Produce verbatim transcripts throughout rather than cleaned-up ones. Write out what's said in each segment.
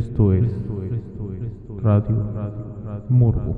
Esto es Radio Morbo.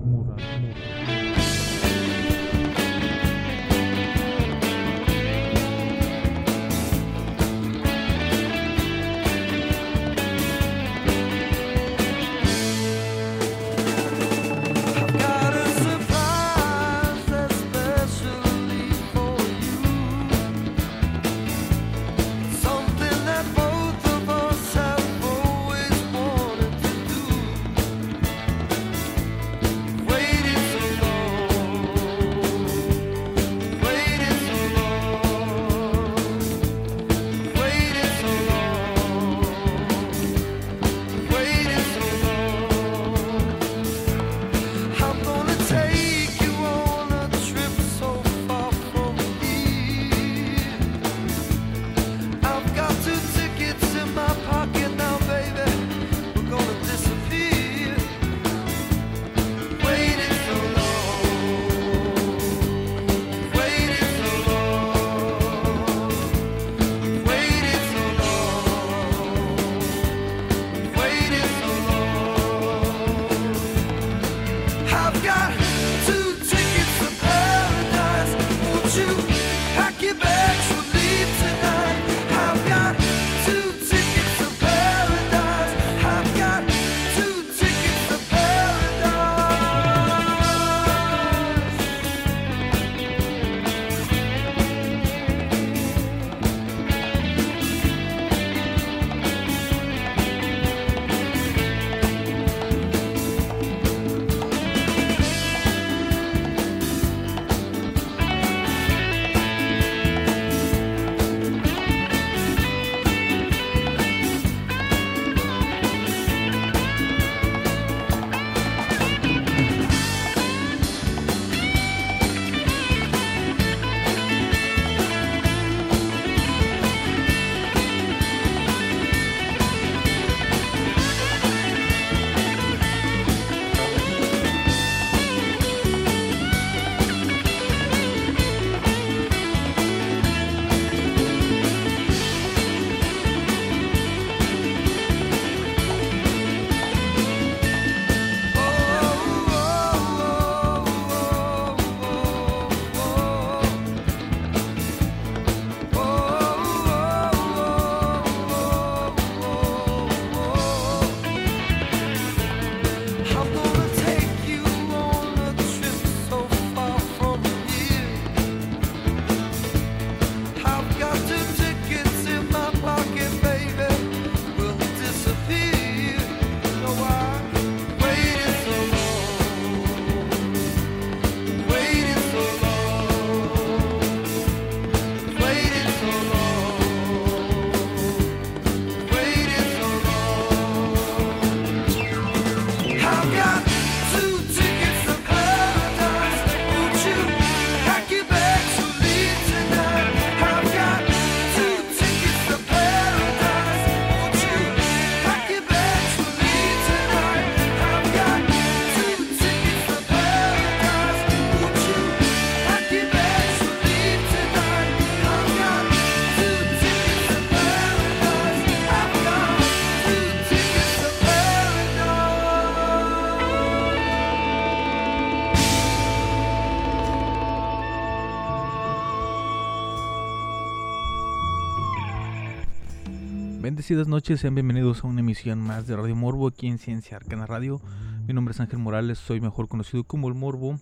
Bendecidas noches, sean bienvenidos a una emisión más de Radio Morbo aquí en Ciencia Arcana Radio. Mi nombre es Ángel Morales, soy mejor conocido como El Morbo.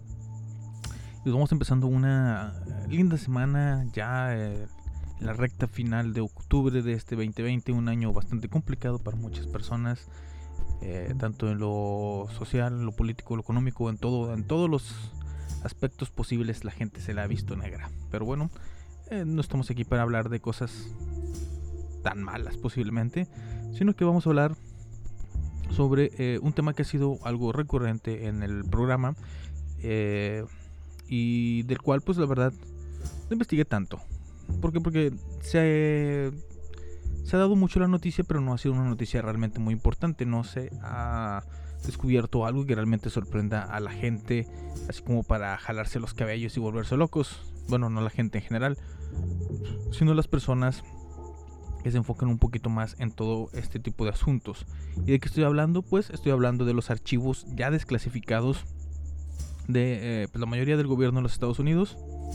Y vamos empezando una linda semana ya eh, en la recta final de octubre de este veinte veinte, un año bastante complicado para muchas personas, eh, tanto en lo social, en lo político, en lo económico, en todo, en todos los aspectos posibles la gente se la ha visto negra. Pero bueno, eh, no estamos aquí para hablar de cosas tan malas posiblemente, sino que vamos a hablar sobre eh, un tema que ha sido algo recurrente en el programa eh, y del cual pues la verdad no investigué tanto. ¿Por qué? Porque se, se ha dado mucho la noticia, pero no ha sido una noticia realmente muy importante. No se ha descubierto algo que realmente sorprenda a la gente, así como para jalarse los cabellos y volverse locos. Bueno, no la gente en general, sino las personas que se enfoquen un poquito más en todo este tipo de asuntos. ¿Y de qué estoy hablando? Pues estoy hablando de los archivos ya desclasificados de eh, pues la mayoría del gobierno de los Estados Unidos,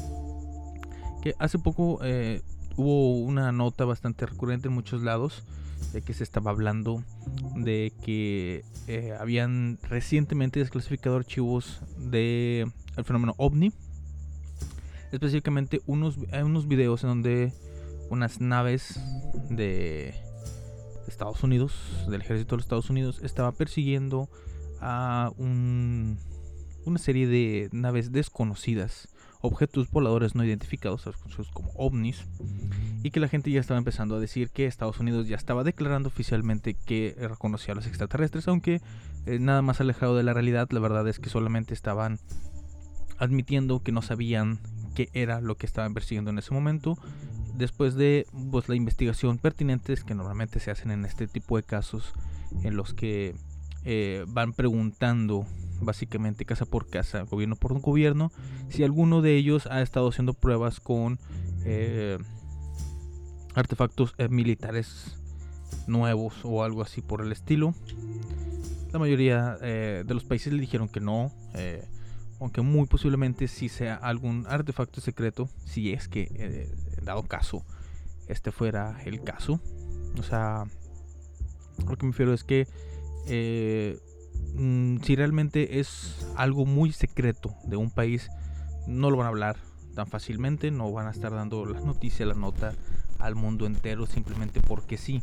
que hace poco eh, hubo una nota bastante recurrente en muchos lados de que se estaba hablando de que eh, habían recientemente desclasificado archivos de el fenómeno OVNI, específicamente unos, hay unos videos en donde unas naves de Estados Unidos, del ejército de los Estados Unidos, estaba persiguiendo a un, una serie de naves desconocidas, objetos voladores no identificados, conocidos como ovnis, y que la gente ya estaba empezando a decir que Estados Unidos ya estaba declarando oficialmente que reconocía a los extraterrestres, aunque eh, nada más alejado de la realidad. La verdad es que solamente estaban admitiendo que no sabían qué era lo que estaban persiguiendo en ese momento, después de pues, la investigación pertinente que normalmente se hacen en este tipo de casos, en los que eh, van preguntando básicamente casa por casa, gobierno por gobierno, si alguno de ellos ha estado haciendo pruebas con eh, artefactos eh, militares nuevos o algo así por el estilo. La mayoría eh, de los países le dijeron que no, eh, aunque muy posiblemente sí sea algún artefacto secreto, si es que eh, dado caso este fuera el caso. O sea, lo que me refiero es que eh, si realmente es algo muy secreto de un país, no lo van a hablar tan fácilmente, no van a estar dando la noticia, la nota al mundo entero simplemente porque sí.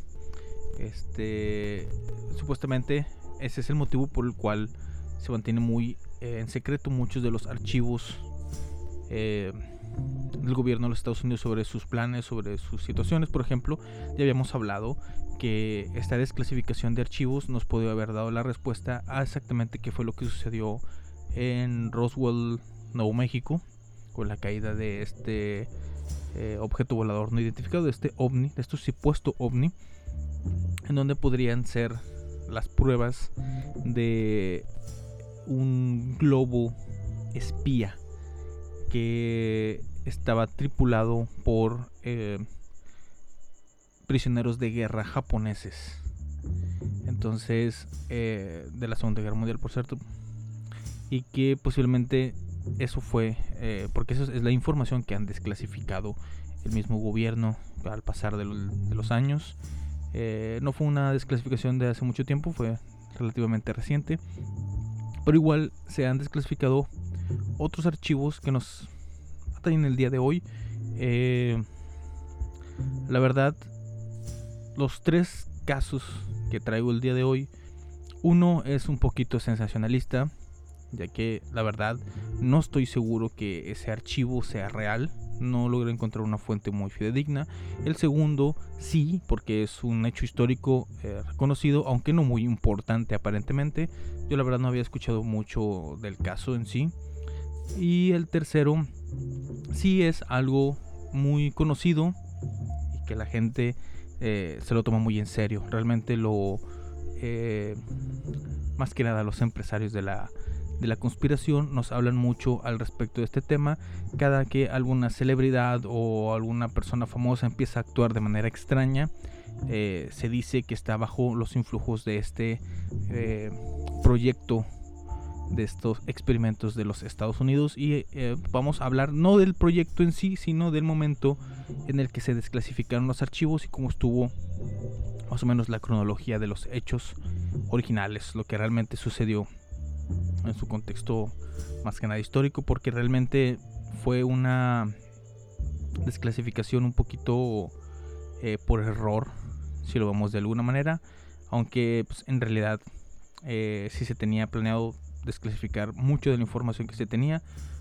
Este, supuestamente ese es el motivo por el cual se mantiene muy eh, en secreto muchos de los archivos eh, del gobierno de los Estados Unidos sobre sus planes, sobre sus situaciones. Por ejemplo, ya habíamos hablado que esta desclasificación de archivos nos podría haber dado la respuesta a exactamente qué fue lo que sucedió en Roswell, Nuevo México, con la caída de este eh, objeto volador no identificado, de este ovni, de este supuesto ovni, en donde podrían ser las pruebas de un globo espía que estaba tripulado por eh, prisioneros de guerra japoneses. Entonces, eh, de la Segunda Guerra Mundial, por cierto, y que posiblemente eso fue, eh, porque eso es la información que han desclasificado el mismo gobierno al pasar de, lo, de los años. Eh, no fue una desclasificación de hace mucho tiempo, fue relativamente reciente, pero igual se han desclasificado otros archivos que nos atañen el día de hoy. Eh, la verdad, los tres casos que traigo el día de hoy, uno es un poquito sensacionalista, ya que la verdad no estoy seguro que ese archivo sea real, no logré encontrar una fuente muy fidedigna. El segundo sí, porque es un hecho histórico eh, reconocido, aunque no muy importante aparentemente. Yo la verdad no había escuchado mucho del caso en sí. Y el tercero sí es algo muy conocido y que la gente eh, se lo toma muy en serio. Realmente lo eh, más que nada los empresarios de la de la conspiración nos hablan mucho al respecto de este tema. Cada que alguna celebridad o alguna persona famosa empieza a actuar de manera extraña, eh, se dice que está bajo los influjos de este eh, proyecto, de estos experimentos de los Estados Unidos. Y eh, vamos a hablar no del proyecto en sí, sino del momento en el que se desclasificaron los archivos y cómo estuvo más o menos la cronología de los hechos originales, lo que realmente sucedió en su contexto más que nada histórico, porque realmente fue una desclasificación un poquito eh, por error, si lo vemos de alguna manera, aunque pues, en realidad eh, sí se tenía planeado desclasificar mucho de la información que se tenía,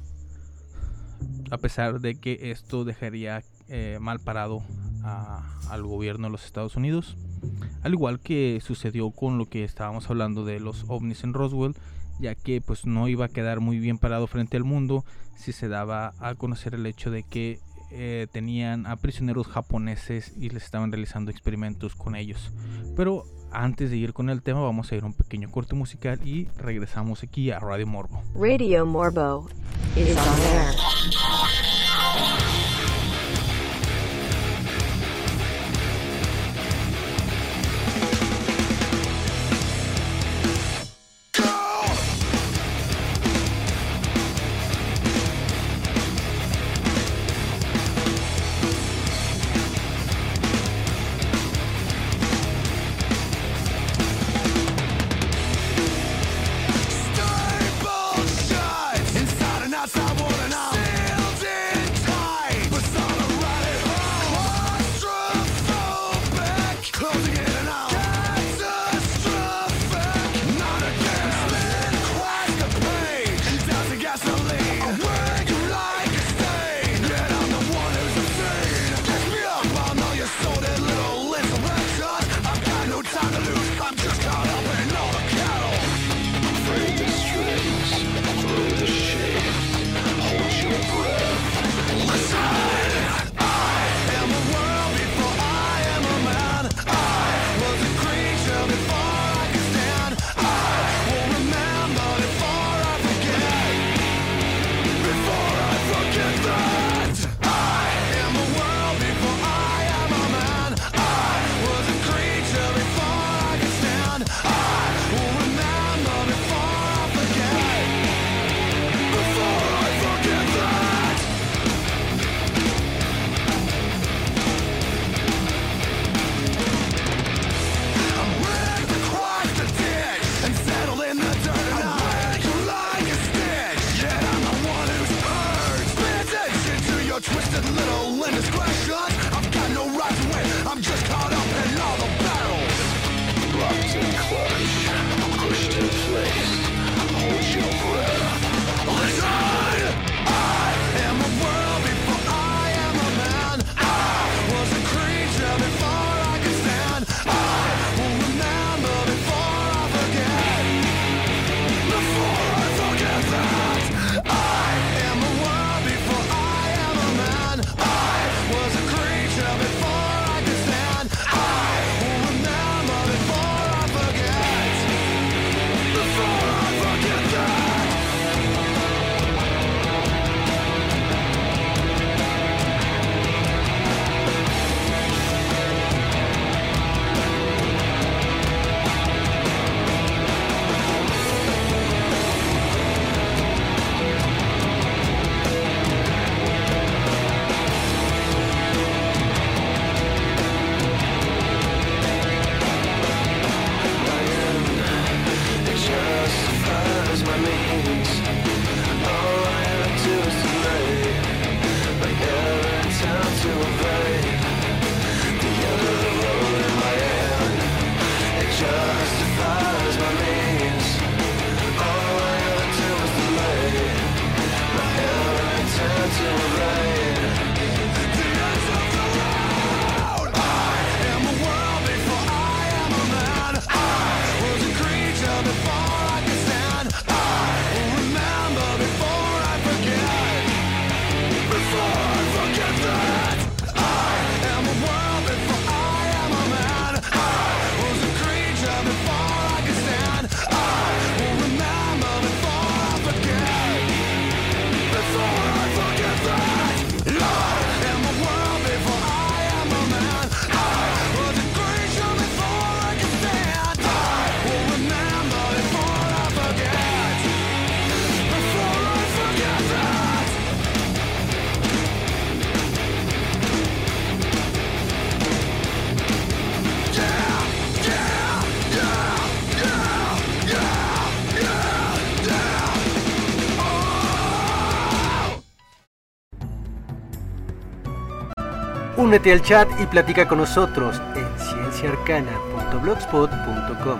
a pesar de que esto dejaría eh, mal parado a, al gobierno de los Estados Unidos, al igual que sucedió con lo que estábamos hablando de los ovnis en Roswell, ya que pues no iba a quedar muy bien parado frente al mundo si se daba a conocer el hecho de que eh, tenían a prisioneros japoneses y les estaban realizando experimentos con ellos. Pero antes de ir con el tema, vamos a ir a un pequeño corte musical y regresamos aquí a Radio Morbo. Radio Morbo is on air. Únete al chat y platica con nosotros en ciencia arcana punto blogspot punto com.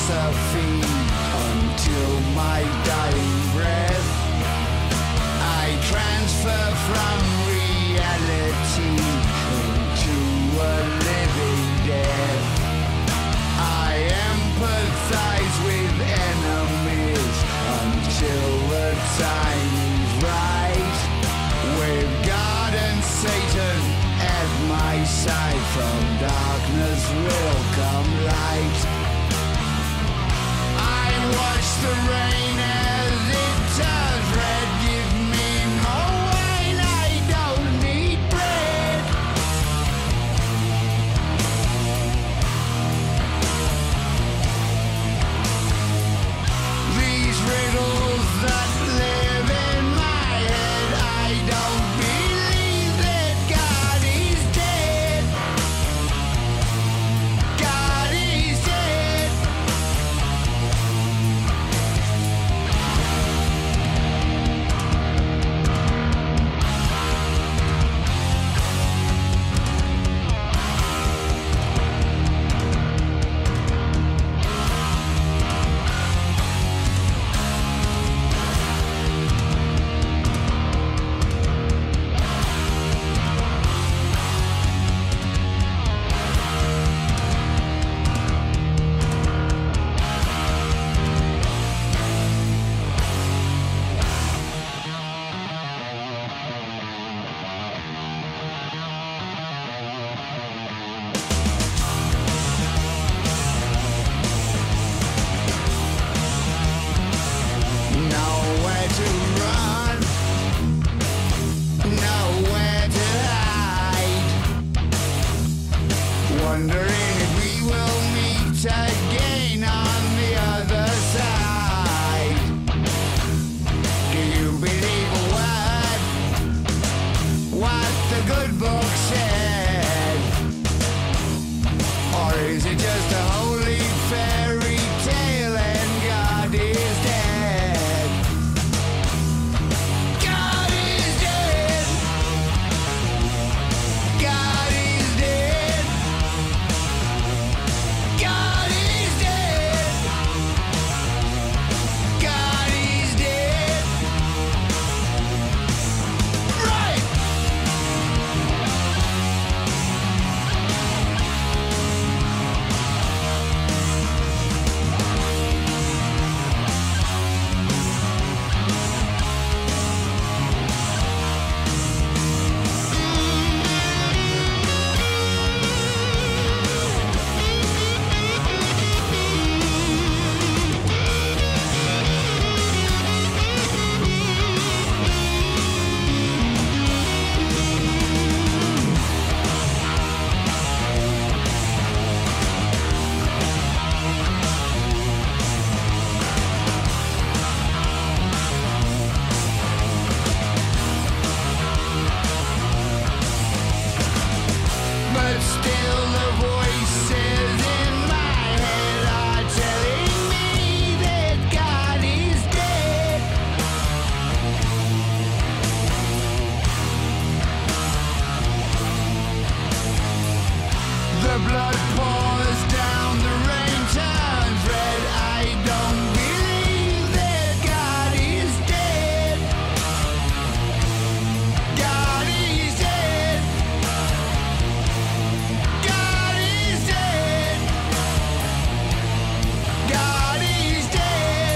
philosophy until my dying breath. I transfer from reality into a living death. I empathize with enemies until the time is right. With God and Satan at my side, from darkness will come light. I watch the rain as it turns red. Give me more wine, I don't need bread. These riddles that live in my head, I don't believe that God is dead. God is dead. Nowhere to run, nowhere to hide. Wondering if we will meet again on the other side. Do you believe a word? What the good book said? Or is it just a holy fairy tale and God is dead? God is dead. God is dead. God is dead. God is dead. Right. But still the voices in my head are telling me that God is dead. The blood pours down, the rain turns red. I don't believe that God is dead. God is dead. God is dead. God is dead.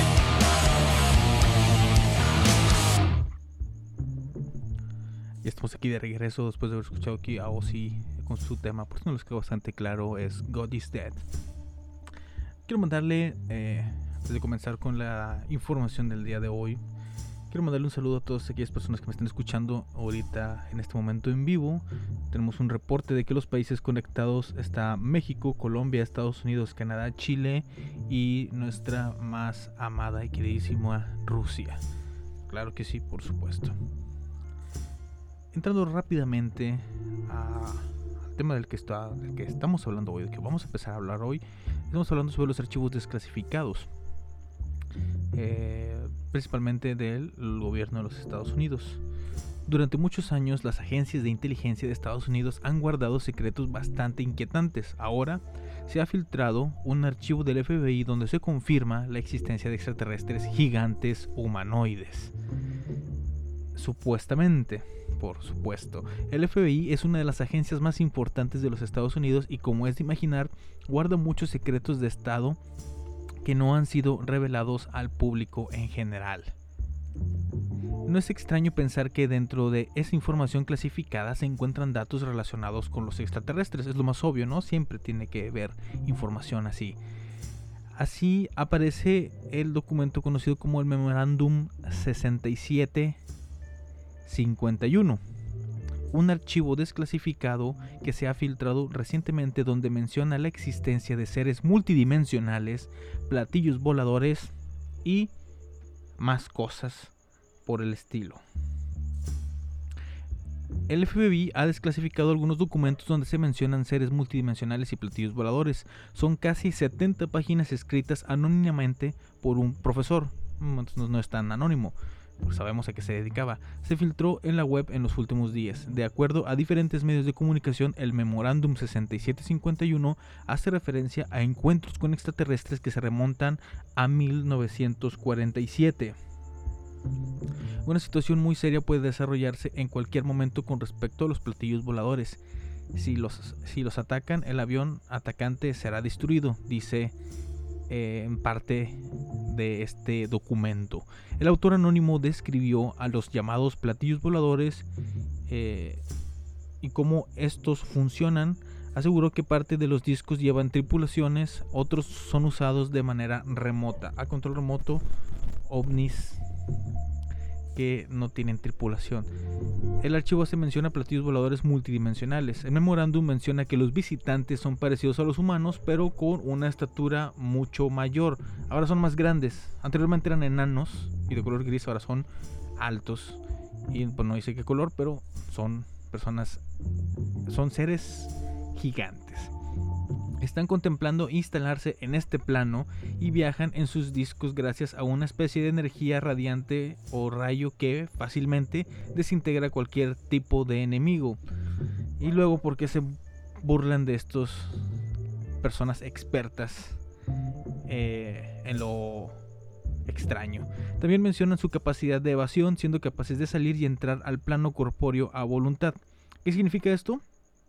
Ya estamos aquí de regreso después de haber escuchado aquí a Ozzy con su tema. Por si no les quedó bastante claro, es God is Dead. Quiero mandarle, eh, antes de comenzar con la información del día de hoy, quiero mandarle un saludo a todas aquellas personas que me están escuchando ahorita en este momento en vivo. Tenemos un reporte de que los países conectados está México, Colombia, Estados Unidos, Canadá, Chile y nuestra más amada y queridísima Rusia. Claro que sí, por supuesto. Entrando rápidamente a, al tema del que, está, del que estamos hablando hoy, del que vamos a empezar a hablar hoy, estamos hablando sobre los archivos desclasificados, eh, principalmente del gobierno de los Estados Unidos. Durante muchos años, las agencias de inteligencia de Estados Unidos han guardado secretos bastante inquietantes. Ahora se ha filtrado un archivo del F B I donde se confirma la existencia de extraterrestres gigantes humanoides. Supuestamente, por supuesto, el F B I es una de las agencias más importantes de los Estados Unidos y, como es de imaginar, guarda muchos secretos de Estado que no han sido revelados al público en general. No es extraño pensar que dentro de esa información clasificada se encuentran datos relacionados con los extraterrestres. Es lo más obvio, ¿no? Siempre tiene que haber información así. Así aparece el documento conocido como el Memorándum sesenta y siete cincuenta y uno, un archivo desclasificado que se ha filtrado recientemente donde menciona la existencia de seres multidimensionales, platillos voladores y más cosas por el estilo. El F B I ha desclasificado algunos documentos donde se mencionan seres multidimensionales y platillos voladores. Son casi setenta páginas escritas anónimamente por un profesor. Entonces no es tan anónimo, pues sabemos a qué se dedicaba. Se filtró en la web en los últimos días. De acuerdo a diferentes medios de comunicación, el Memorándum sesenta y siete cincuenta y uno hace referencia a encuentros con extraterrestres que se remontan a mil novecientos cuarenta y siete. Una situación muy seria puede desarrollarse en cualquier momento con respecto a los platillos voladores. Si los, si los atacan, el avión atacante será destruido, dice eh, en parte de este documento. El autor anónimo describió a los llamados platillos voladores eh, y cómo estos funcionan. Aseguró que parte de los discos llevan tripulaciones, otros son usados de manera remota, a control remoto, ovnis que no tienen tripulación. El archivo se menciona platillos voladores multidimensionales. El memorándum menciona que los visitantes son parecidos a los humanos, pero con una estatura mucho mayor. Ahora son más grandes. Anteriormente eran enanos y de color gris, ahora son altos. Y pues no dice qué color, pero son personas, son seres gigantes. Están contemplando instalarse en este plano y viajan en sus discos gracias a una especie de energía radiante o rayo que fácilmente desintegra cualquier tipo de enemigo. Y luego, ¿por qué se burlan de estos personas expertas eh, en lo extraño? También mencionan su capacidad de evasión, siendo capaces de salir y entrar al plano corpóreo a voluntad. ¿Qué significa esto?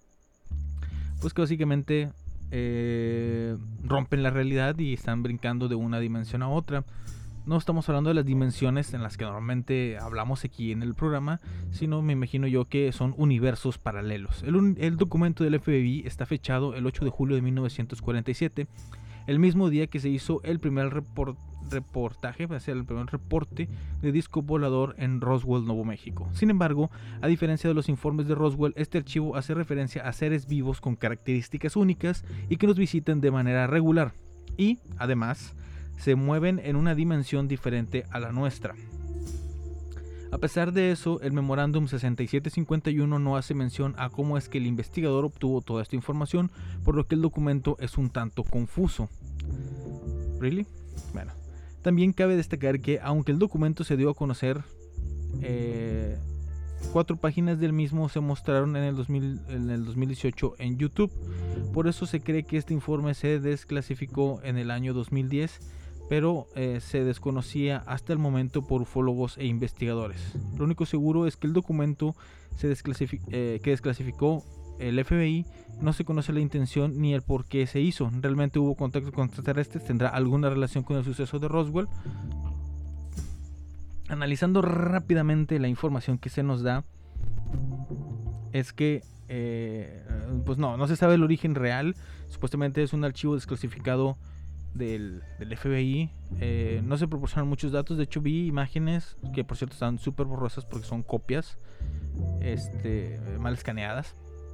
Pues que básicamente Eh, rompen la realidad y están brincando de una dimensión a otra. No estamos hablando de las dimensiones en las que normalmente hablamos aquí en el programa, sino me imagino yo que son universos paralelos. El, un, el documento del F B I está fechado el ocho de julio de mil novecientos cuarenta y siete, el mismo día que se hizo el primer report, reportaje, va a ser el primer reporte de disco volador en Roswell, Nuevo México. Sin embargo, a diferencia de los informes de Roswell, este archivo hace referencia a seres vivos con características únicas y que nos visitan de manera regular y, además, se mueven en una dimensión diferente a la nuestra. A pesar de eso, el Memorándum sesenta y siete cincuenta y uno no hace mención a cómo es que el investigador obtuvo toda esta información, por lo que el documento es un tanto confuso. ¿Really? Bueno, también cabe destacar que aunque el documento se dio a conocer, eh, cuatro páginas del mismo se mostraron en el, dos mil, en el dos mil dieciocho en YouTube. Por eso se cree que este informe se desclasificó en el año dos mil diez, pero eh, se desconocía hasta el momento por ufólogos e investigadores. Lo único seguro es que el documento se desclasific eh, que desclasificó el F B I no se conoce la intención ni el por qué se hizo. ¿Realmente hubo contacto con extraterrestres? ¿Tendrá alguna relación con el suceso de Roswell? Analizando rápidamente la información que se nos da, es que eh, pues no, no se sabe el origen real. Supuestamente es un archivo desclasificado Del, del F B I. Eh, no se proporcionan muchos datos. De hecho vi imágenes que por cierto están súper borrosas porque son copias este, mal escaneadas.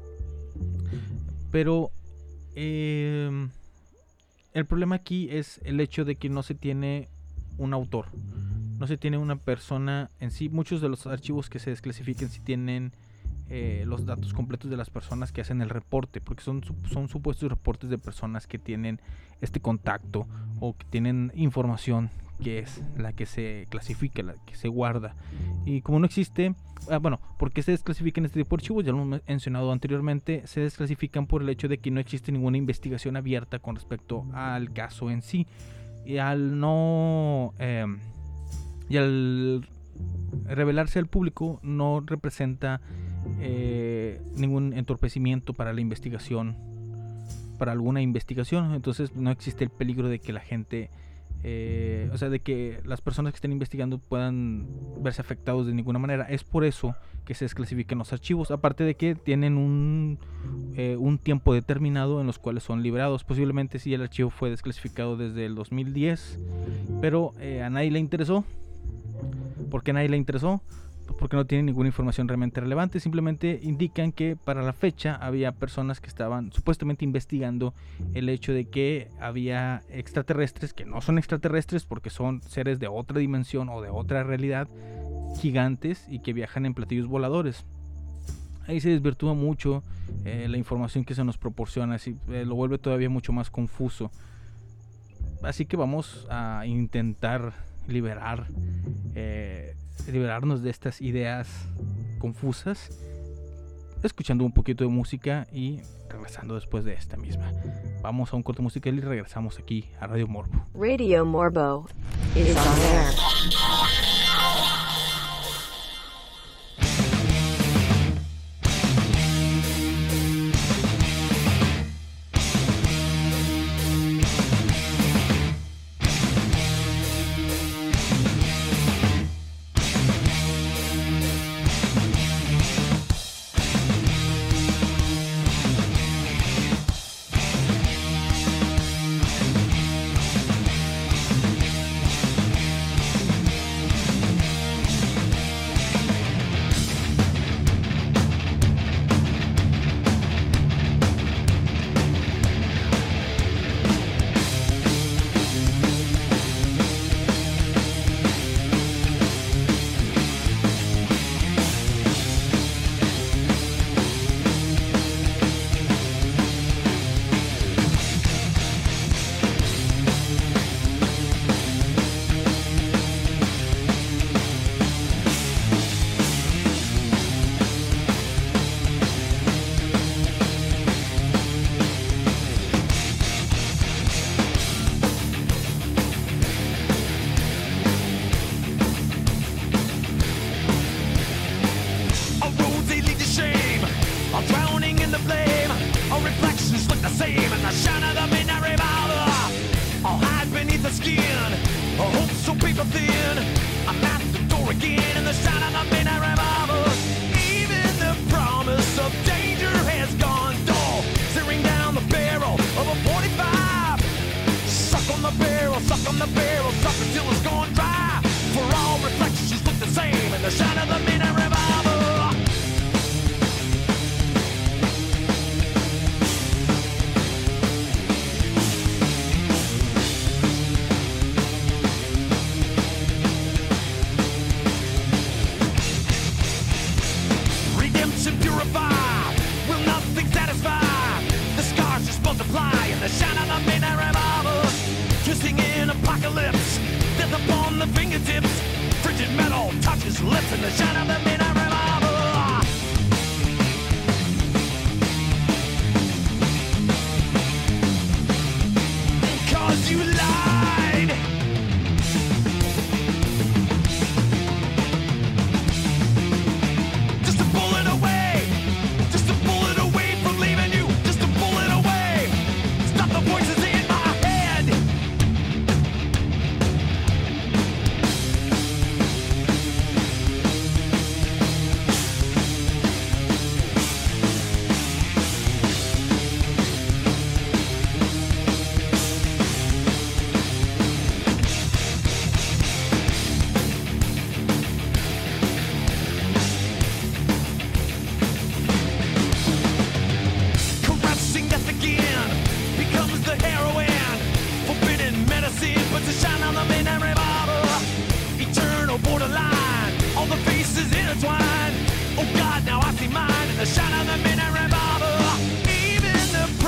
Pero eh, el problema aquí es el hecho de que no se tiene un autor, no se tiene una persona en sí. Muchos de los archivos que se desclasifiquen sí tienen Eh, los datos completos de las personas que hacen el reporte, porque son, son supuestos reportes de personas que tienen este contacto o que tienen información que es la que se clasifica, la que se guarda. Y como no existe, ah, bueno, ¿por qué se desclasifican este tipo de archivos? Ya lo hemos mencionado anteriormente, se desclasifican por el hecho de que no existe ninguna investigación abierta con respecto al caso en sí. Y al no... Eh, y al revelarse al público no representa eh, ningún entorpecimiento para la investigación, para alguna investigación. Entonces no existe el peligro de que la gente, eh, o sea, de que las personas que estén investigando puedan verse afectados de ninguna manera. Es por eso que se desclasifican los archivos, aparte de que tienen un, eh, un tiempo determinado en los cuales son liberados. Posiblemente sí, el archivo fue desclasificado desde el dos mil diez, pero eh, a nadie le interesó. ¿Por qué a nadie le interesó? Pues porque no tienen ninguna información realmente relevante. Simplemente indican que para la fecha había personas que estaban supuestamente investigando el hecho de que había extraterrestres, que no son extraterrestres porque son seres de otra dimensión o de otra realidad, gigantes, y que viajan en platillos voladores. Ahí se desvirtúa mucho eh, la información que se nos proporciona, así, eh, lo vuelve todavía mucho más confuso. Así que vamos a intentar liberar eh, liberarnos de estas ideas confusas, escuchando un poquito de música y regresando después de esta misma. Vamos a un corte musical y regresamos aquí a Radio Morbo. Radio Morbo is on air.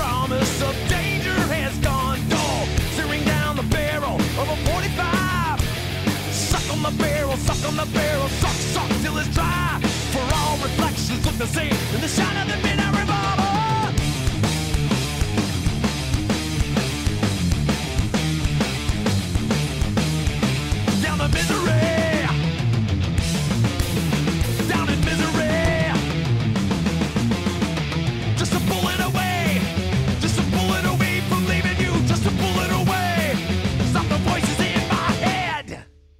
Of a forty-five, same in the shine of the midnight revolver. Down the misery, down in misery. Just a bullet away, just a bullet away from leaving you. Just a bullet away. Stop the voices in my head.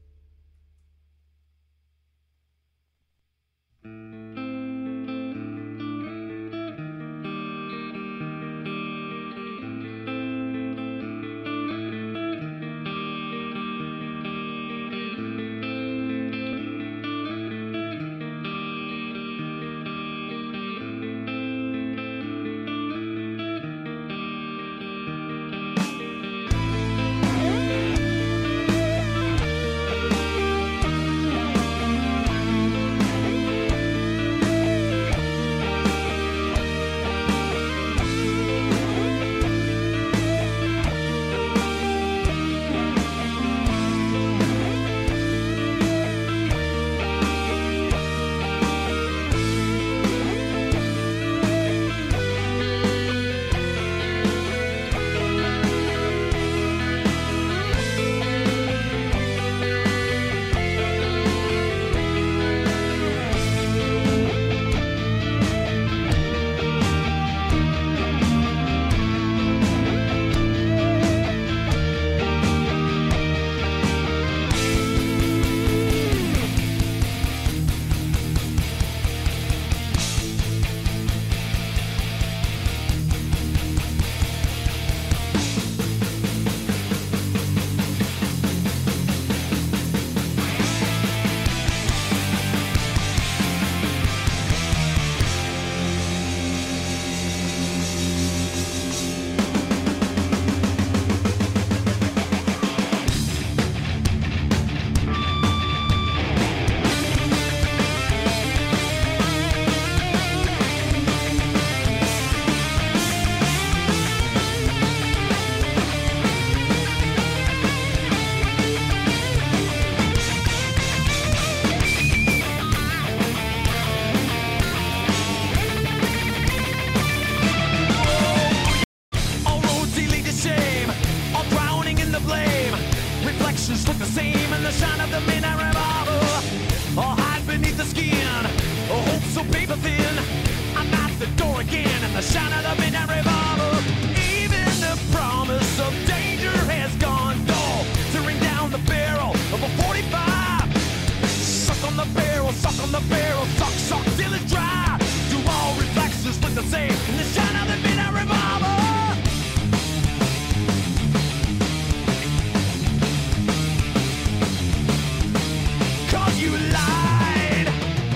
All roads lead to shame, all drowning in the blame. Reflections look the same in the shine of the midnight revolver. All hide beneath the skin, a hope so paper thin. I'm at the door again in the shine of the midnight revolver. Even the promise of danger has gone dull. Tearing down the barrel of a forty-five. Suck on the barrel, suck on the barrel, suck, suck till it's dry. Do all reflections look the same in the shine of the midnight revolver? Cause you lied.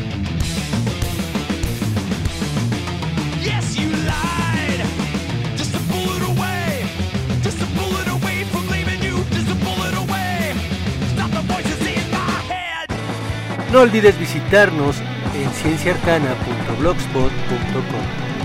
Yes, you lied. Just a bullet away. Just a bullet away from leaving you. Just a bullet away. Stop the voices in my head. No olvides visitarnos en ciencia arcana punto blogspot punto com.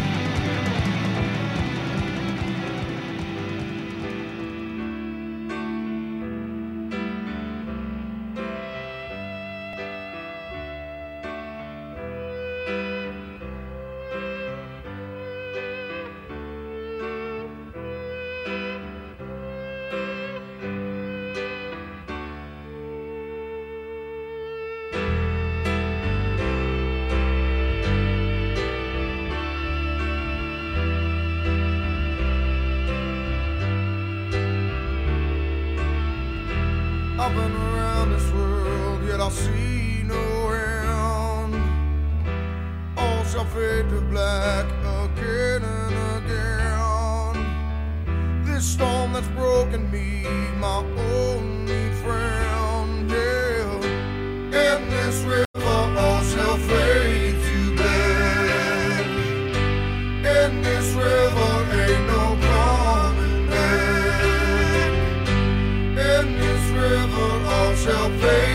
I've been around this world, yet I see no end. All shall fade to black again and again. This storm that's broken me, my only friend, yeah. In this river all shall fade to black. In this river ain't no coming back. In this river all shall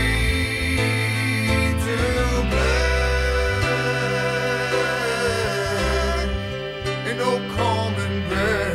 fade to black. Ain't no coming back.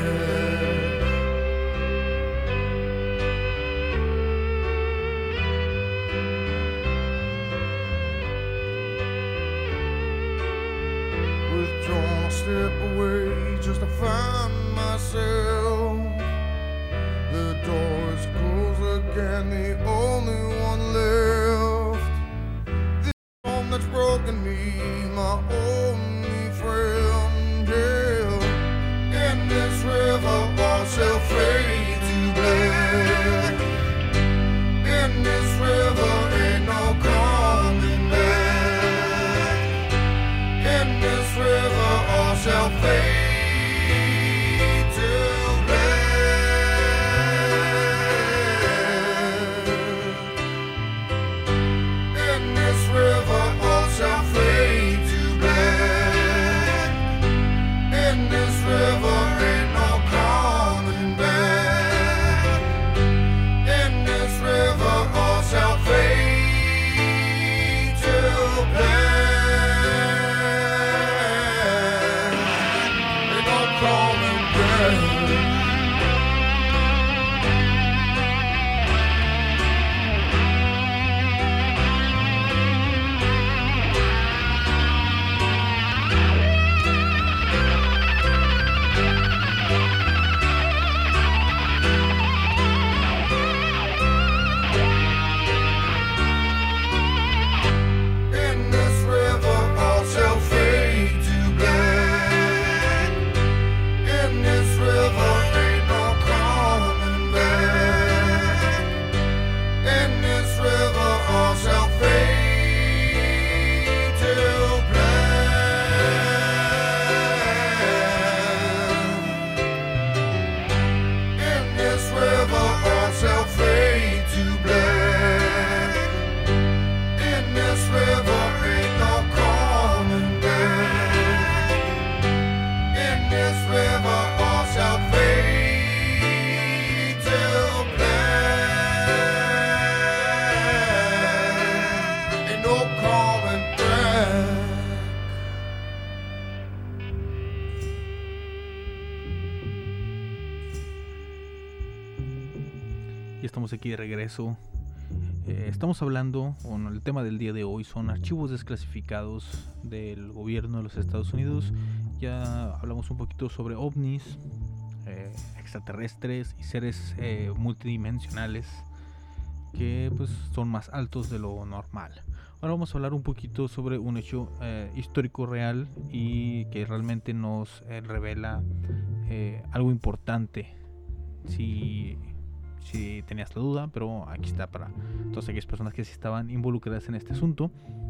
find myself. The door is closed again, the only one left. This storm that's broken me, my only friend, yeah. In this river all shall fade to black. In this river ain't no coming back. In this river all shall fade to black. In this river all shall fade to black. In this river ain't no coming back. In this river all shall fade to black. Ain't no coming back. In this river all shall fade to black. In this river ain't no coming back. In this river all shall fade to black. In this river all shall fade to black. In this river ain't no coming back. In this river all shall fade to black. Ain't no coming back. Y estamos aquí de regreso. Eh, estamos hablando, bueno, el tema del día de hoy son archivos desclasificados del gobierno de los Estados Unidos. Ya hablamos un poquito sobre ovnis, eh, extraterrestres y seres eh, multidimensionales que pues son más altos de lo normal. Ahora vamos a hablar un poquito sobre un hecho eh, histórico real y que realmente nos eh, revela eh, algo importante. Si si tenías la duda, pero aquí está para todas aquellas personas que sí estaban involucradas en este asunto.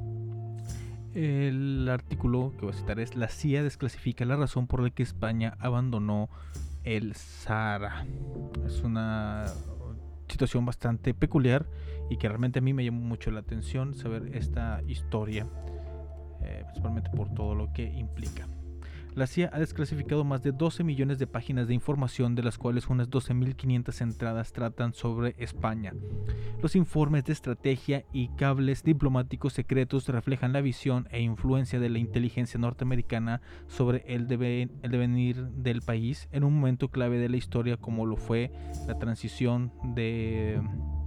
El artículo que voy a citar es: la C I A desclasifica la razón por la que España abandonó el Sahara. Es una situación bastante peculiar y que realmente a mí me llamó mucho la atención saber esta historia, eh, principalmente por todo lo que implica. La C I A ha desclasificado más de doce millones de páginas de información, de las cuales unas doce mil quinientas entradas tratan sobre España. Los informes de estrategia y cables diplomáticos secretos reflejan la visión e influencia de la inteligencia norteamericana sobre el, deve- el devenir del país en un momento clave de la historia, como lo fue la transición de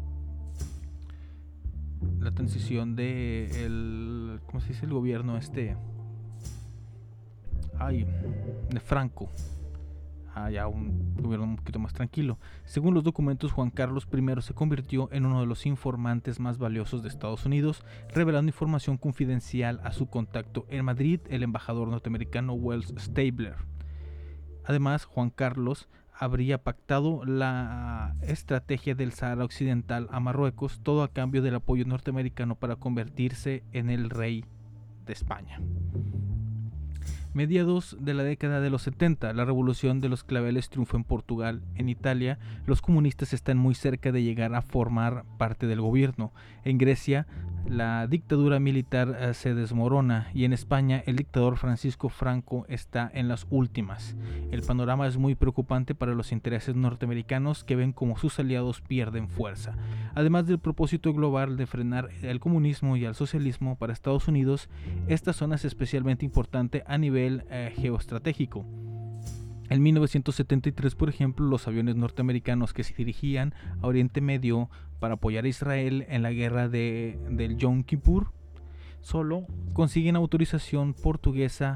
la transición de el ¿cómo se dice? El gobierno este Ay, de Franco a ya un gobierno un poquito más tranquilo. Según los documentos, Juan Carlos primero se convirtió en uno de los informantes más valiosos de Estados Unidos, revelando información confidencial a su contacto en Madrid, el embajador norteamericano Wells Stabler. Además, Juan Carlos habría pactado la estrategia del Sahara Occidental a Marruecos, todo a cambio del apoyo norteamericano para convertirse en el rey de España. Mediados de la década de los setenta, la revolución de los claveles triunfó en Portugal. En Italia, los comunistas están muy cerca de llegar a formar parte del gobierno. En Grecia, la dictadura militar eh, se desmorona, y en España el dictador Francisco Franco está en las últimas. El panorama es muy preocupante para los intereses norteamericanos, que ven como sus aliados pierden fuerza. Además del propósito global de frenar el comunismo y el socialismo para Estados Unidos, esta zona es especialmente importante a nivel eh, geoestratégico. En mil novecientos setenta y tres, por ejemplo, los aviones norteamericanos que se dirigían a Oriente Medio para apoyar a Israel en la guerra de, del Yom Kippur solo consiguen autorización portuguesa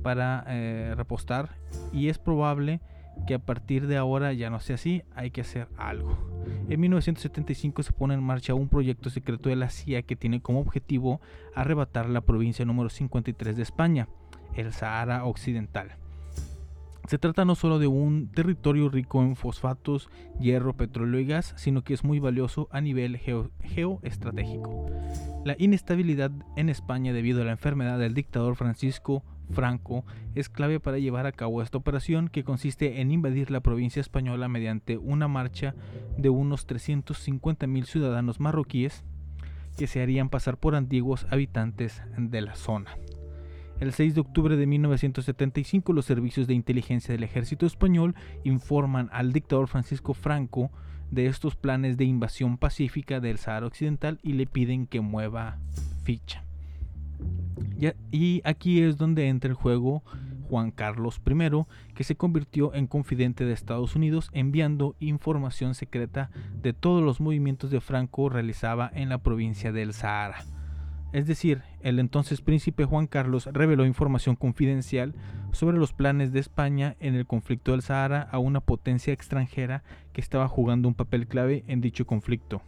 para eh, repostar, y es probable que a partir de ahora ya no sea así. Hay que hacer algo. En mil novecientos setenta y cinco se pone en marcha un proyecto secreto de la C I A que tiene como objetivo arrebatar la provincia número cincuenta y tres de España, el Sahara Occidental. Se trata no solo de un territorio rico en fosfatos, hierro, petróleo y gas, sino que es muy valioso a nivel geo- geoestratégico. La inestabilidad en España debido a la enfermedad del dictador Francisco Franco es clave para llevar a cabo esta operación, que consiste en invadir la provincia española mediante una marcha de unos trescientos cincuenta mil ciudadanos marroquíes que se harían pasar por antiguos habitantes de la zona. El seis de octubre de mil novecientos setenta y cinco, los servicios de inteligencia del ejército español informan al dictador Francisco Franco de estos planes de invasión pacífica del Sahara Occidental y le piden que mueva ficha. Ya, y aquí es donde entra el juego Juan Carlos primero, que se convirtió en confidente de Estados Unidos, enviando información secreta de todos los movimientos de Franco realizaba en la provincia del Sahara. Es decir, el entonces príncipe Juan Carlos reveló información confidencial sobre los planes de España en el conflicto del Sahara a una potencia extranjera que estaba jugando un papel clave en dicho conflicto.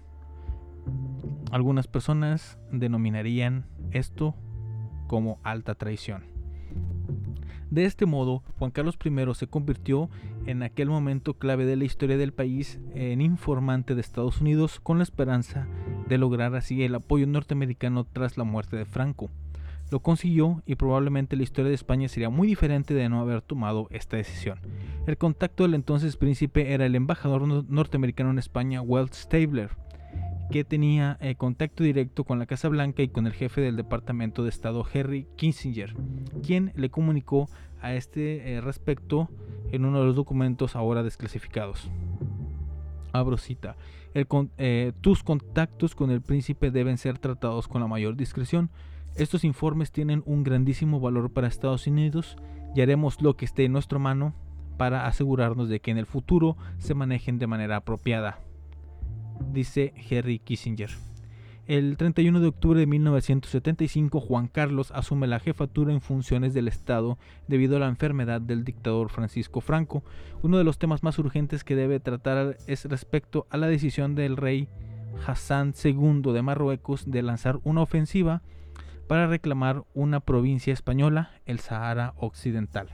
Algunas personas denominarían esto como alta traición. De este modo, Juan Carlos primero se convirtió en aquel momento clave de la historia del país en informante de Estados Unidos, con la esperanza de lograr así el apoyo norteamericano tras la muerte de Franco. Lo consiguió, y probablemente la historia de España sería muy diferente de no haber tomado esta decisión. El contacto del entonces príncipe era el embajador no- norteamericano en España, Walt Stabler, que tenía eh, contacto directo con la Casa Blanca y con el jefe del Departamento de Estado, Henry Kissinger, quien le comunicó a este eh, respecto en uno de los documentos ahora desclasificados. Abro cita: el con, eh, tus contactos con el príncipe deben ser tratados con la mayor discreción. Estos informes tienen un grandísimo valor para Estados Unidos y haremos lo que esté en nuestra mano para asegurarnos de que en el futuro se manejen de manera apropiada, dice Henry Kissinger. El treinta y uno de octubre de mil novecientos setenta y cinco, Juan Carlos asume la jefatura en funciones del Estado debido a la enfermedad del dictador Francisco Franco. Uno de los temas más urgentes que debe tratar es respecto a la decisión del rey Hassan segundo de Marruecos de lanzar una ofensiva para reclamar una provincia española, el Sahara Occidental.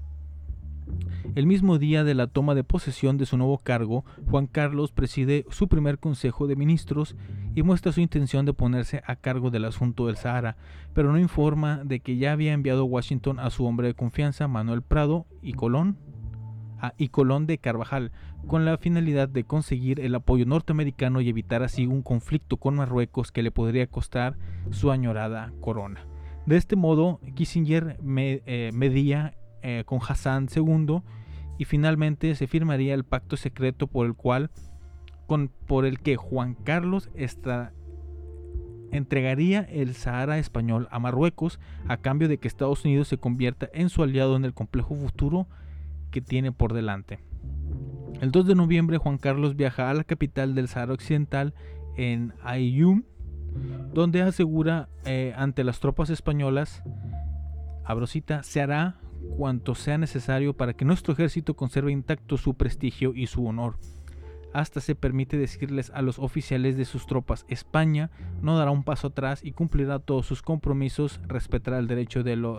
El mismo día de la toma de posesión de su nuevo cargo, Juan Carlos preside su primer consejo de ministros y muestra su intención de ponerse a cargo del asunto del Sahara, pero no informa de que ya había enviado a Washington a su hombre de confianza, Manuel Prado y Colón, a, y Colón de Carvajal, con la finalidad de conseguir el apoyo norteamericano y evitar así un conflicto con Marruecos que le podría costar su añorada corona. De este modo, Kissinger me, eh, medía eh, con Hassan segundo y finalmente se firmaría el pacto secreto por el cual con, por el que Juan Carlos esta, entregaría el Sahara español a Marruecos a cambio de que Estados Unidos se convierta en su aliado en el complejo futuro que tiene por delante. El dos de noviembre, Juan Carlos viaja a la capital del Sahara Occidental, en Aaiún, donde asegura eh, ante las tropas españolas, abro cita, se hará cuanto sea necesario para que nuestro ejército conserve intacto su prestigio y su honor. Hasta se permite decirles a los oficiales de sus tropas: España no dará un paso atrás y cumplirá todos sus compromisos, respetará el derecho de los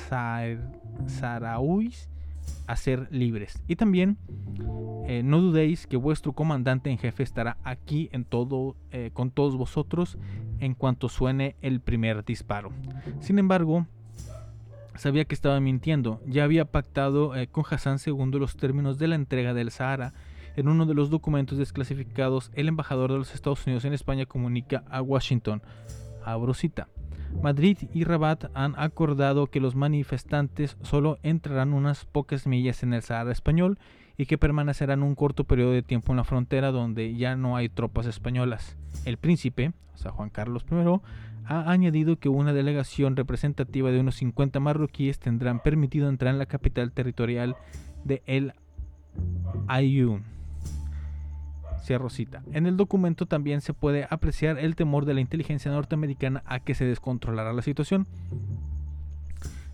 saharauis a ser libres. Y también eh, no dudéis que vuestro comandante en jefe estará aquí en todo, eh, con todos vosotros en cuanto suene el primer disparo. Sin embargo, sabía que estaba mintiendo. Ya había pactado eh, con Hassan segundo los términos de la entrega del Sahara. En uno de los documentos desclasificados, el embajador de los Estados Unidos en España comunica a Washington, abro cita: Madrid y Rabat han acordado que los manifestantes solo entrarán unas pocas millas en el Sahara español y que permanecerán un corto periodo de tiempo en la frontera donde ya no hay tropas españolas. El príncipe, o sea Juan Carlos primero, ha añadido que una delegación representativa de unos cincuenta marroquíes tendrán permitido entrar en la capital territorial de El Aaiún. Cierro cita. En el documento también se puede apreciar el temor de la inteligencia norteamericana a que se descontrolara la situación.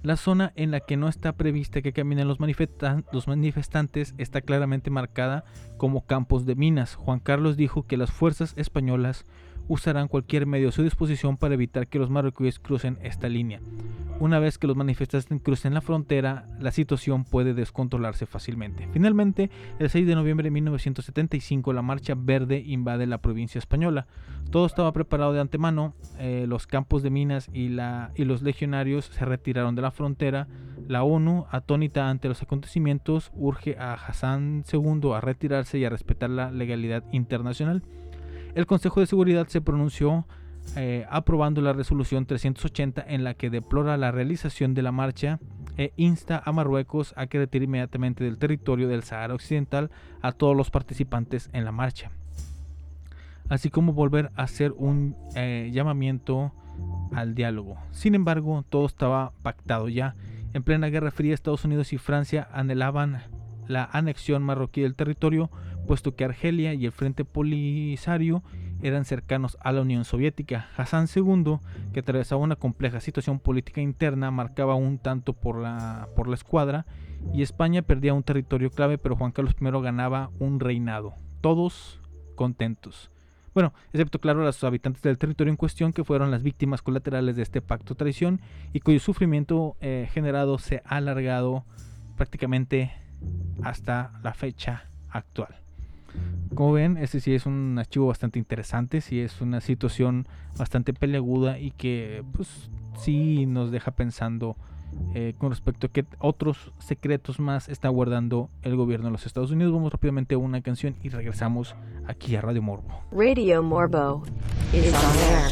La zona en la que no está prevista que caminen los, manifesta- los manifestantes está claramente marcada como campos de minas. Juan Carlos dijo que las fuerzas españolas usarán cualquier medio a su disposición para evitar que los marroquíes crucen esta línea. Una vez que los manifestantes crucen la frontera, la situación puede descontrolarse fácilmente. Finalmente, el seis de noviembre de mil novecientos setenta y cinco, la Marcha Verde invade la provincia española. Todo estaba preparado de antemano, eh, los campos de minas y, la, y los legionarios se retiraron de la frontera. La ONU, atónita ante los acontecimientos, urge a Hassan segundo a retirarse y a respetar la legalidad internacional. El Consejo de Seguridad se pronunció eh, aprobando la resolución trescientos ochenta, en la que deplora la realización de la marcha e insta a Marruecos a que retire inmediatamente del territorio del Sahara Occidental a todos los participantes en la marcha, así como volver a hacer un eh, llamamiento al diálogo. Sin embargo, todo estaba pactado ya. En plena Guerra Fría, Estados Unidos y Francia anhelaban la anexión marroquí del territorio, puesto que Argelia y el Frente Polisario eran cercanos a la Unión Soviética. Hassan segundo, que atravesaba una compleja situación política interna, marcaba un tanto por la, por la escuadra, y España perdía un territorio clave, pero Juan Carlos primero ganaba un reinado. Todos contentos. Bueno, excepto claro los habitantes del territorio en cuestión, que fueron las víctimas colaterales de este pacto traición y cuyo sufrimiento eh, generado se ha alargado prácticamente hasta la fecha actual. Como ven, este sí es un archivo bastante interesante, sí es una situación bastante peleaguda y que pues sí nos deja pensando eh, con respecto a qué otros secretos más está guardando el gobierno de los Estados Unidos. Vamos rápidamente a una canción y regresamos aquí a Radio Morbo. Radio Morbo is on air.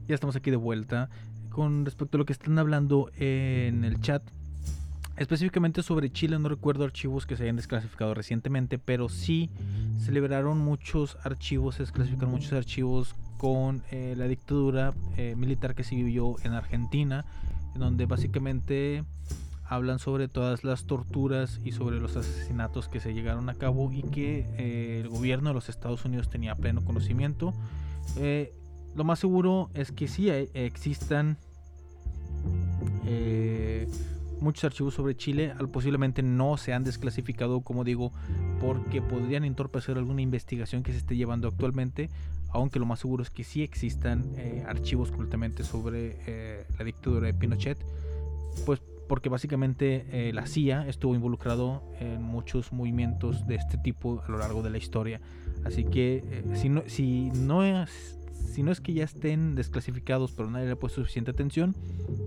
Ya estamos aquí de vuelta. Con respecto a lo que están hablando en el chat, específicamente sobre Chile, no recuerdo archivos que se hayan desclasificado recientemente, pero sí se liberaron muchos archivos, se desclasificaron muchos archivos con eh, la dictadura eh, militar que se vivió en Argentina, en donde básicamente hablan sobre todas las torturas y sobre los asesinatos que se llegaron a cabo y que eh, el gobierno de los Estados Unidos tenía pleno conocimiento. Eh, lo más seguro es que sí eh, existan eh, muchos archivos sobre Chile, posiblemente no se han desclasificado, como digo, porque podrían entorpecer alguna investigación que se esté llevando actualmente, aunque lo más seguro es que sí existan eh, archivos completamente sobre eh, la dictadura de Pinochet, pues porque básicamente eh, la C I A estuvo involucrado en muchos movimientos de este tipo a lo largo de la historia. Así que eh, si, no, si, no es, si no es que ya estén desclasificados pero nadie le ha puesto suficiente atención,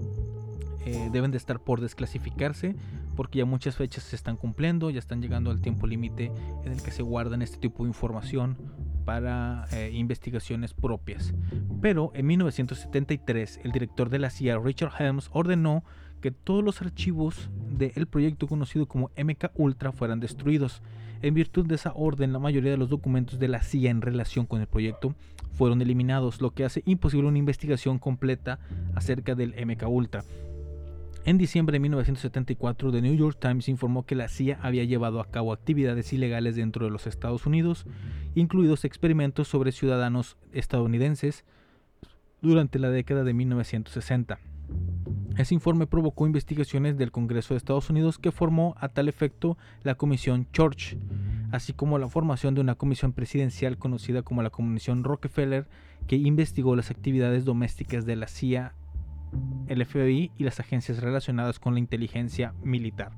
eh, deben de estar por desclasificarse, porque ya muchas fechas se están cumpliendo, ya están llegando al tiempo límite en el que se guardan este tipo de información para eh, investigaciones propias. Pero en mil novecientos setenta y tres el director de la C I A, Richard Helms, ordenó que todos los archivos del proyecto conocido como M K Ultra fueran destruidos. En virtud de esa orden, la mayoría de los documentos de la C I A en relación con el proyecto fueron eliminados, lo que hace imposible una investigación completa acerca del M K Ultra. En diciembre de mil novecientos setenta y cuatro, The New York Times informó que la C I A había llevado a cabo actividades ilegales dentro de los Estados Unidos, incluidos experimentos sobre ciudadanos estadounidenses durante la década de mil novecientos sesenta. Ese informe provocó investigaciones del Congreso de Estados Unidos, que formó a tal efecto la Comisión Church, así como la formación de una comisión presidencial conocida como la Comisión Rockefeller, que investigó las actividades domésticas de la C I A, el F B I y las agencias relacionadas con la inteligencia militar.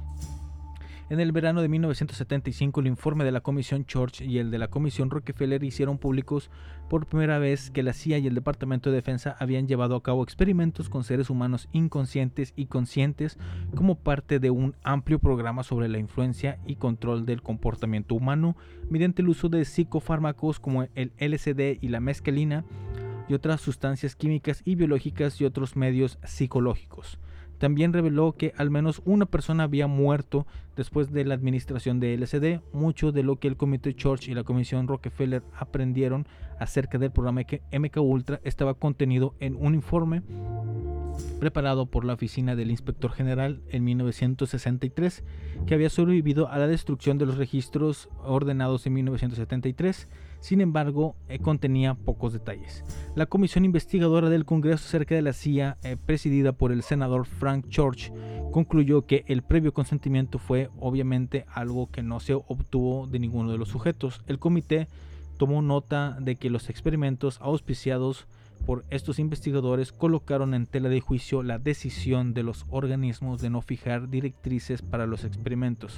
En el verano de mil novecientos setenta y cinco, el informe de la Comisión Church y el de la Comisión Rockefeller hicieron públicos por primera vez que la C I A y el Departamento de Defensa habían llevado a cabo experimentos con seres humanos inconscientes y conscientes como parte de un amplio programa sobre la influencia y control del comportamiento humano mediante el uso de psicofármacos como el L S D y la mescalina y otras sustancias químicas y biológicas y otros medios psicológicos. También reveló que al menos una persona había muerto después de la administración de L S D. Mucho de lo que el Comité Church y la Comisión Rockefeller aprendieron acerca del programa M K Ultra estaba contenido en un informe preparado por la Oficina del Inspector General en mil novecientos sesenta y tres, que había sobrevivido a la destrucción de los registros ordenados en mil novecientos setenta y tres. Sin embargo, eh, contenía pocos detalles. La comisión investigadora del Congreso acerca de la C I A, eh, presidida por el senador Frank Church, concluyó que el previo consentimiento fue obviamente algo que no se obtuvo de ninguno de los sujetos. El comité tomó nota de que los experimentos auspiciados por estos investigadores colocaron en tela de juicio la decisión de los organismos de no fijar directrices para los experimentos.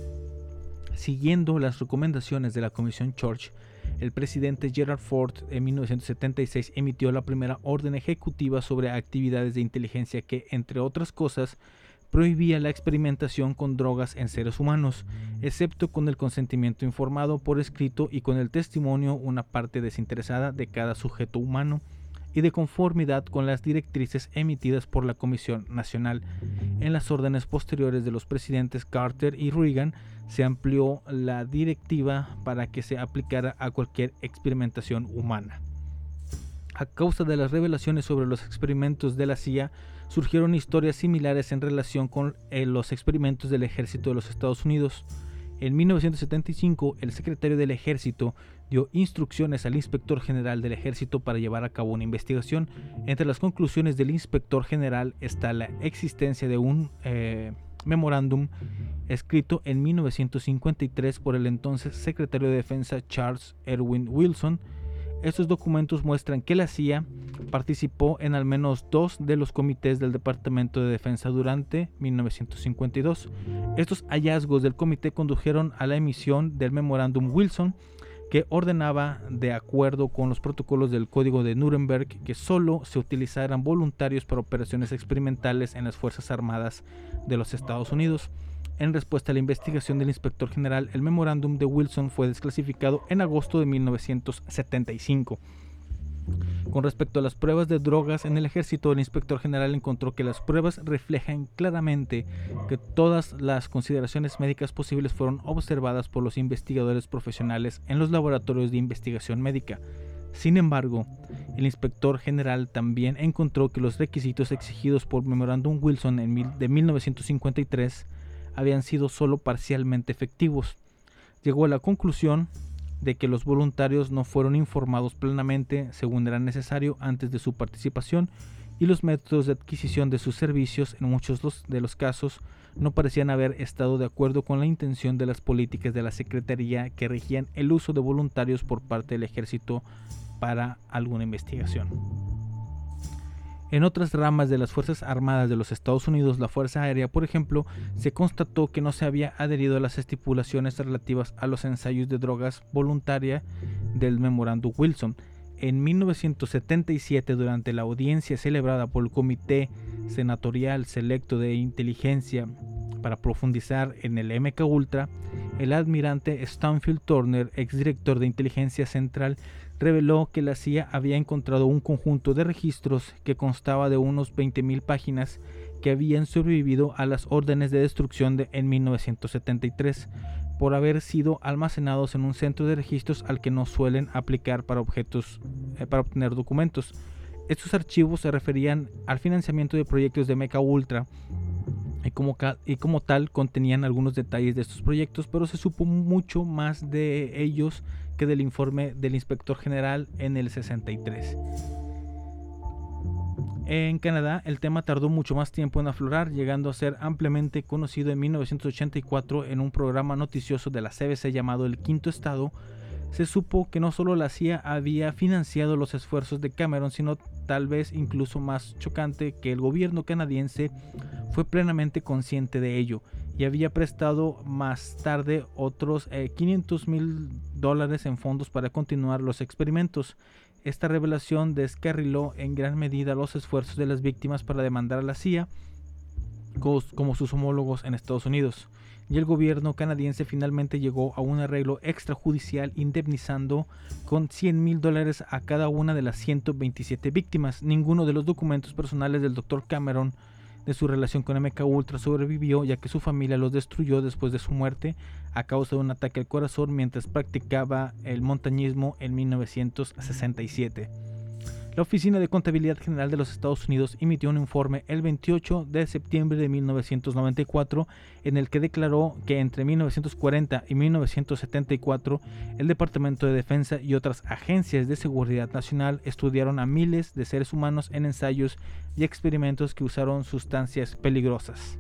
Siguiendo las recomendaciones de la Comisión Church, el presidente Gerald Ford en mil novecientos setenta y seis emitió la primera orden ejecutiva sobre actividades de inteligencia que, entre otras cosas, prohibía la experimentación con drogas en seres humanos, excepto con el consentimiento informado por escrito y con el testimonio una parte desinteresada de cada sujeto humano, y de conformidad con las directrices emitidas por la Comisión Nacional. En las órdenes posteriores de los presidentes Carter y Reagan se amplió la directiva para que se aplicara a cualquier experimentación humana. A causa de las revelaciones sobre los experimentos de la C I A, surgieron historias similares en relación con eh, los experimentos del ejército de los Estados Unidos. En mil novecientos setenta y cinco, el secretario del Ejército dio instrucciones al inspector general del Ejército para llevar a cabo una investigación. Entre las conclusiones del inspector general está la existencia de un eh, memorándum escrito en mil novecientos cincuenta y tres por el entonces secretario de Defensa Charles Erwin Wilson. Estos documentos muestran que la C I A participó en al menos dos de los comités del Departamento de Defensa durante mil novecientos cincuenta y dos. Estos hallazgos del comité condujeron a la emisión del memorándum Wilson, que ordenaba, de acuerdo con los protocolos del Código de Nuremberg, que solo se utilizaran voluntarios para operaciones experimentales en las Fuerzas Armadas de los Estados Unidos. En respuesta a la investigación del inspector general, el memorándum de Wilson fue desclasificado en agosto de mil novecientos setenta y cinco. Con respecto a las pruebas de drogas en el ejército, el inspector general encontró que las pruebas reflejan claramente que todas las consideraciones médicas posibles fueron observadas por los investigadores profesionales en los laboratorios de investigación médica. Sin embargo, el inspector general también encontró que los requisitos exigidos por Memorándum Wilson en mil, de mil novecientos cincuenta y tres habían sido solo parcialmente efectivos. Llegó a la conclusión de que los voluntarios no fueron informados plenamente según era necesario antes de su participación, y los métodos de adquisición de sus servicios en muchos de los casos no parecían haber estado de acuerdo con la intención de las políticas de la Secretaría que regían el uso de voluntarios por parte del ejército para alguna investigación. En otras ramas de las Fuerzas Armadas de los Estados Unidos, la Fuerza Aérea, por ejemplo, se constató que no se había adherido a las estipulaciones relativas a los ensayos de drogas voluntaria del Memorándum Wilson. En mil novecientos setenta y siete, durante la audiencia celebrada por el Comité Senatorial Selecto de Inteligencia para profundizar en el M K Ultra, el almirante Stanfield Turner, exdirector de Inteligencia Central, reveló que la C I A había encontrado un conjunto de registros que constaba de unos veinte mil páginas que habían sobrevivido a las órdenes de destrucción de, en mil novecientos setenta y tres, por haber sido almacenados en un centro de registros al que no suelen aplicar para objetos eh, para obtener documentos. Estos archivos se referían al financiamiento de proyectos de M K Ultra y como, y como tal contenían algunos detalles de estos proyectos, pero se supo mucho más de ellos que del informe del inspector general en el sesenta y tres. En Canadá, el tema tardó mucho más tiempo en aflorar, llegando a ser ampliamente conocido en mil novecientos ochenta y cuatro en un programa noticioso de la C B C llamado El Quinto Estado. Se supo que no solo la C I A había financiado los esfuerzos de Cameron, sino tal vez incluso más chocante, que el gobierno canadiense fue plenamente consciente de ello y había prestado más tarde otros eh, quinientos mil dólares en fondos para continuar los experimentos. Esta revelación descarriló en gran medida los esfuerzos de las víctimas para demandar a la C I A como sus homólogos en Estados Unidos, y el gobierno canadiense finalmente llegó a un arreglo extrajudicial indemnizando con cien mil dólares a cada una de las ciento veintisiete víctimas. Ninguno de los documentos personales del doctor Cameron de su relación con M K Ultra sobrevivió, ya que su familia los destruyó después de su muerte a causa de un ataque al corazón mientras practicaba el montañismo en mil novecientos sesenta y siete. La Oficina de Contabilidad General de los Estados Unidos emitió un informe el veintiocho de septiembre de mil novecientos noventa y cuatro en el que declaró que entre mil novecientos cuarenta y mil novecientos setenta y cuatro el Departamento de Defensa y otras agencias de seguridad nacional estudiaron a miles de seres humanos en ensayos y experimentos que usaron sustancias peligrosas.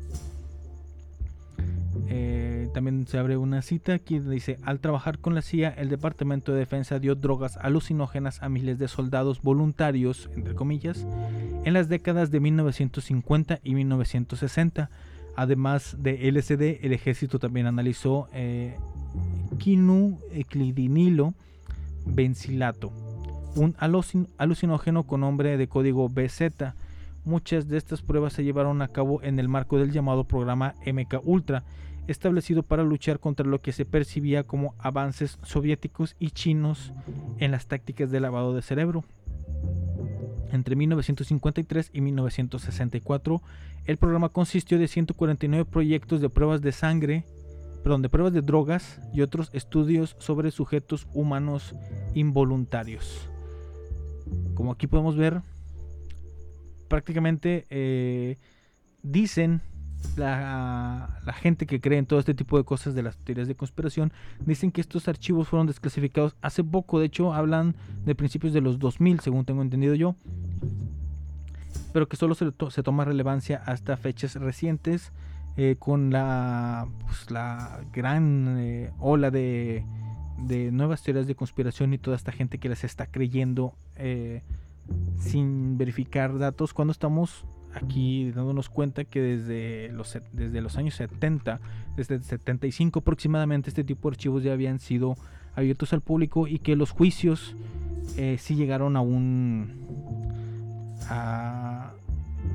Eh, también se abre una cita aquí donde dice: al trabajar con la C I A, el Departamento de Defensa dio drogas alucinógenas a miles de soldados voluntarios, entre comillas, en las décadas de mil novecientos cincuenta y mil novecientos sesenta. Además de L S D, el ejército también analizó eh, quinaclidinilo bencilato, un alucin- alucinógeno con nombre de código B Z. Muchas de estas pruebas se llevaron a cabo en el marco del llamado programa M K Ultra, establecido para luchar contra lo que se percibía como avances soviéticos y chinos en las tácticas de lavado de cerebro. Entre mil novecientos cincuenta y tres y mil novecientos sesenta y cuatro, el programa consistió de ciento cuarenta y nueve proyectos de pruebas de sangre, perdón, de pruebas de drogas y otros estudios sobre sujetos humanos involuntarios. Como aquí podemos ver, prácticamente eh, dicen la, la gente que cree en todo este tipo de cosas de las teorías de conspiración, dicen que estos archivos fueron desclasificados hace poco. De hecho, hablan de principios de los dos mil, según tengo entendido yo, pero que solo se, to- se toma relevancia hasta fechas recientes, eh, con la, pues, la gran eh, ola de, de nuevas teorías de conspiración y toda esta gente que las está creyendo eh, sin verificar datos, cuando estamos aquí dándonos cuenta que desde los, desde los años setenta, desde el setenta y cinco aproximadamente, este tipo de archivos ya habían sido abiertos al público y que los juicios eh, sí llegaron a un a,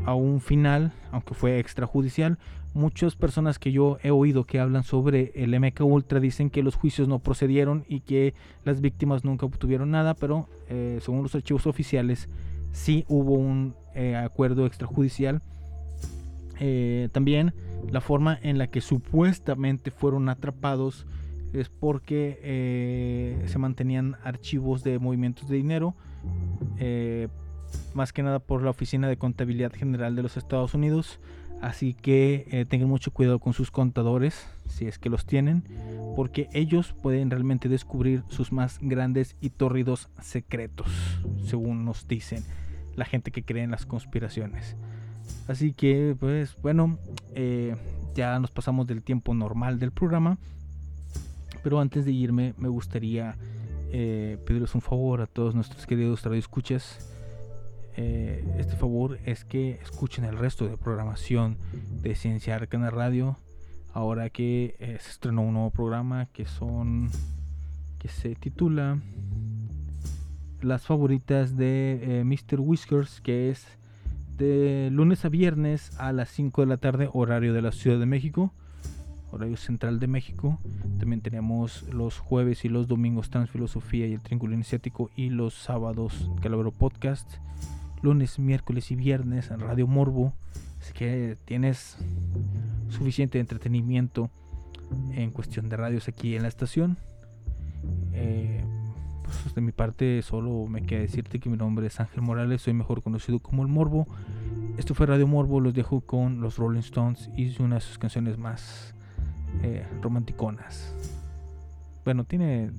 a un final, aunque fue extrajudicial. Muchas personas que yo he oído que hablan sobre el M K Ultra dicen que los juicios no procedieron y que las víctimas nunca obtuvieron nada, pero eh, según los archivos oficiales sí hubo un eh, acuerdo extrajudicial. Eh, también la forma en la que supuestamente fueron atrapados es porque eh, se mantenían archivos de movimientos de dinero, eh, más que nada por la Oficina de Contabilidad General de los Estados Unidos. Así que eh, tengan mucho cuidado con sus contadores, si es que los tienen, porque ellos pueden realmente descubrir sus más grandes y tórridos secretos, según nos dicen la gente que cree en las conspiraciones. Así que, pues bueno, eh, ya nos pasamos del tiempo normal del programa. Pero antes de irme, me gustaría eh, pedirles un favor a todos nuestros queridos radioescuchas. Eh, este favor es que escuchen el resto de programación de Ciencia Arcana Radio. Ahora que eh, se estrenó un nuevo programa que son que se titula Las Favoritas de eh, mister Whiskers, que es de lunes a viernes a las cinco de la tarde, horario de la Ciudad de México, horario central de México. También tenemos los jueves y los domingos Transfilosofía y el Triángulo Iniciático, y los sábados Calavero Podcast, lunes, miércoles y viernes en Radio Morbo. Así que tienes suficiente entretenimiento en cuestión de radios aquí en la estación. Eh, pues de mi parte solo me queda decirte que mi nombre es Ángel Morales, soy mejor conocido como El Morbo. Esto fue Radio Morbo, los dejo con los Rolling Stones y una de sus canciones más eh, romanticonas. Bueno, tiene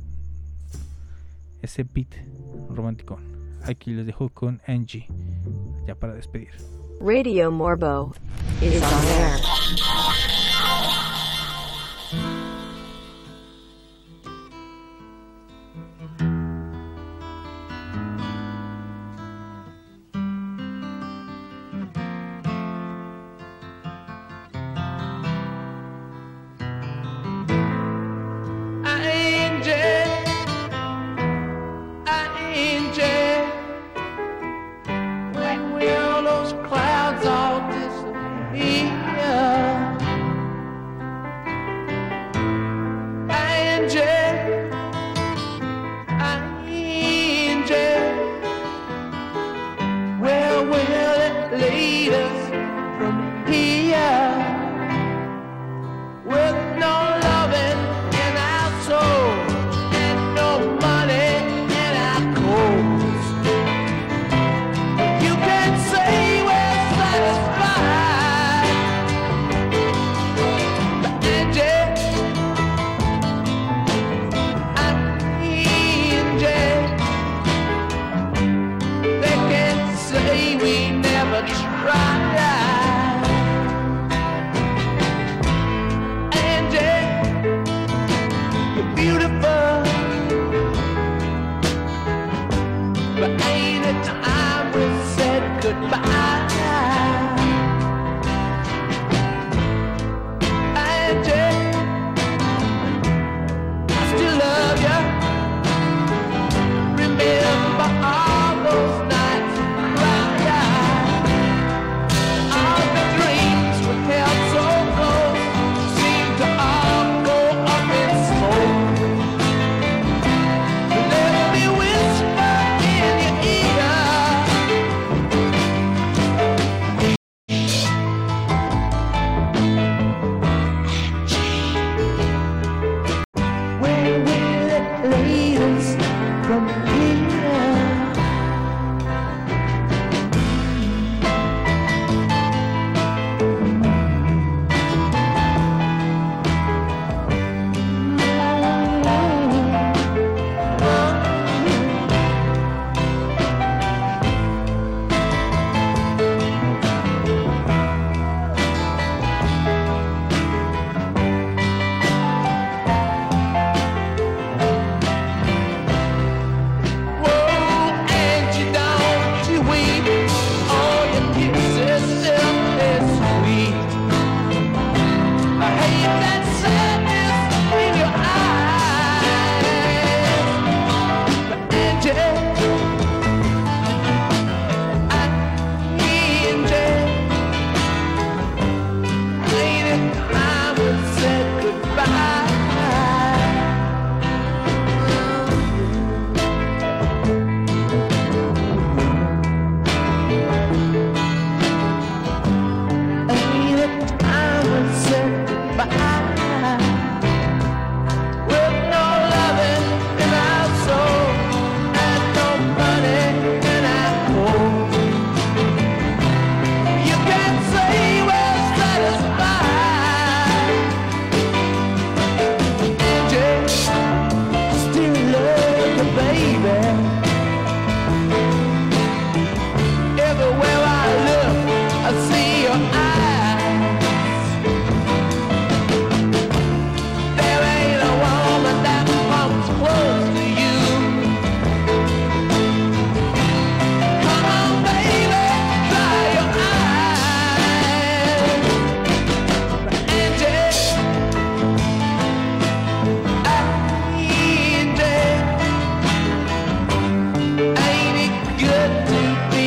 ese beat romanticón. Aquí les dejo con Angie, ya para despedir. Radio Morbo is on air.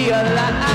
feel that